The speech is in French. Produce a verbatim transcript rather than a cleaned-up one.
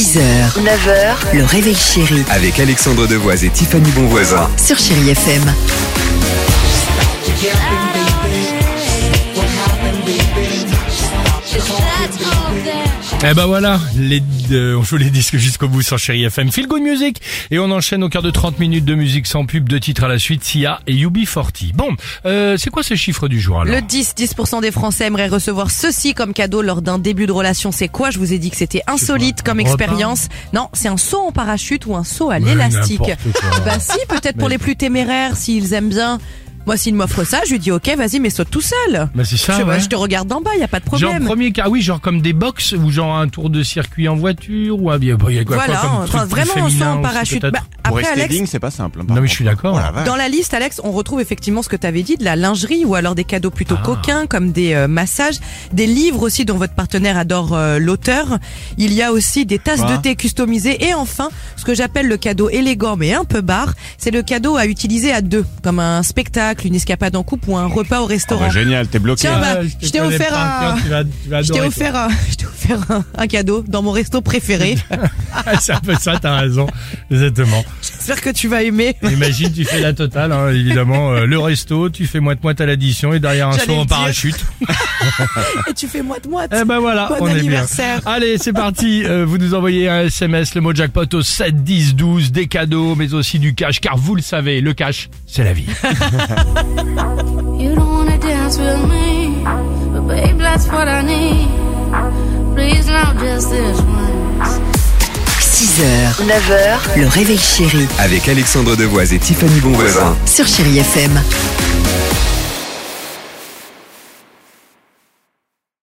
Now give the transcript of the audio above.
six heures, neuf heures, le réveil chéri Avec Alexandre Devoise et Tiffany Bonvoisin. sur Chéri F M. Eh ben voilà, les, euh, on joue les disques jusqu'au bout sur Chéri F M. Feel Good Music. Et on enchaîne au quart de trente minutes de musique sans pub, deux titres à la suite, Sia et U B quarante. Bon, euh, c'est quoi ces chiffres du jour alors? Le dix, dix pour cent des Français aimeraient recevoir ceci comme cadeau lors d'un début de relation. C'est quoi? Je vous ai dit que c'était insolite comme Un repas expérience. Non, c'est un saut en parachute ou un saut à Mais l'élastique. n'importe quoi. Bah si, peut-être pour Mais- les plus téméraires, s'ils aiment bien. Moi, s'il m'offre ça, je lui dis ok, vas-y, mais saute tout seul. Bah c'est ça, je, ouais. je te regarde d'en bas, y a pas de Genre problème. premier cas, oui, genre comme des box ou genre un tour de circuit en voiture ou un bien, il y a quoi, Voilà, quoi comme enfin, truc plus vraiment un saut féminin en aussi, parachute. peut-être. Bah, Pour après, rester Alex, digne, c'est pas simple. hein, par Non mais je contre. suis d'accord. Oh la vache. dans la liste, Alex, on retrouve effectivement ce que tu avais dit, de la lingerie ou alors des cadeaux plutôt Ah. coquins comme des euh, massages, des livres aussi dont votre partenaire adore euh, l'auteur. Il y a aussi des tasses Quoi de thé customisées et enfin, ce que j'appelle le cadeau élégant mais un peu barre, c'est le cadeau à utiliser à deux, comme un spectacle, une escapade en couple ou un repas au Oh, restaurant. bah, génial, t'es bloqué. Tiens, bah, Ah, je te t'ai connais offert par un- cœur, tu vas- tu vas Je t'ai adorer, offert un, je t'ai offert un, un cadeau dans mon resto préféré. toi. C'est un peu ça, t'as raison. Exactement. J'espère que tu vas aimer. Imagine, tu fais la totale, hein, évidemment, euh, le resto, tu fais moite-moite à l'addition et derrière un J'allais saut en le dire. parachute. Et tu fais moite-moite. Eh ben voilà, Bon on est bien. anniversaire. Allez, c'est parti. Euh, vous nous envoyez un S M S, le mot jackpot au sept dix douze, des cadeaux, mais aussi du cash, car vous le savez, le cash, c'est la vie. You don't wanna dance with me, but babe, that's what I need. Please, not just this once. six heures, neuf heures, le réveil chéri Avec Alexandre Devoise et Tiffany Bonvoisin. sur Chéri F M.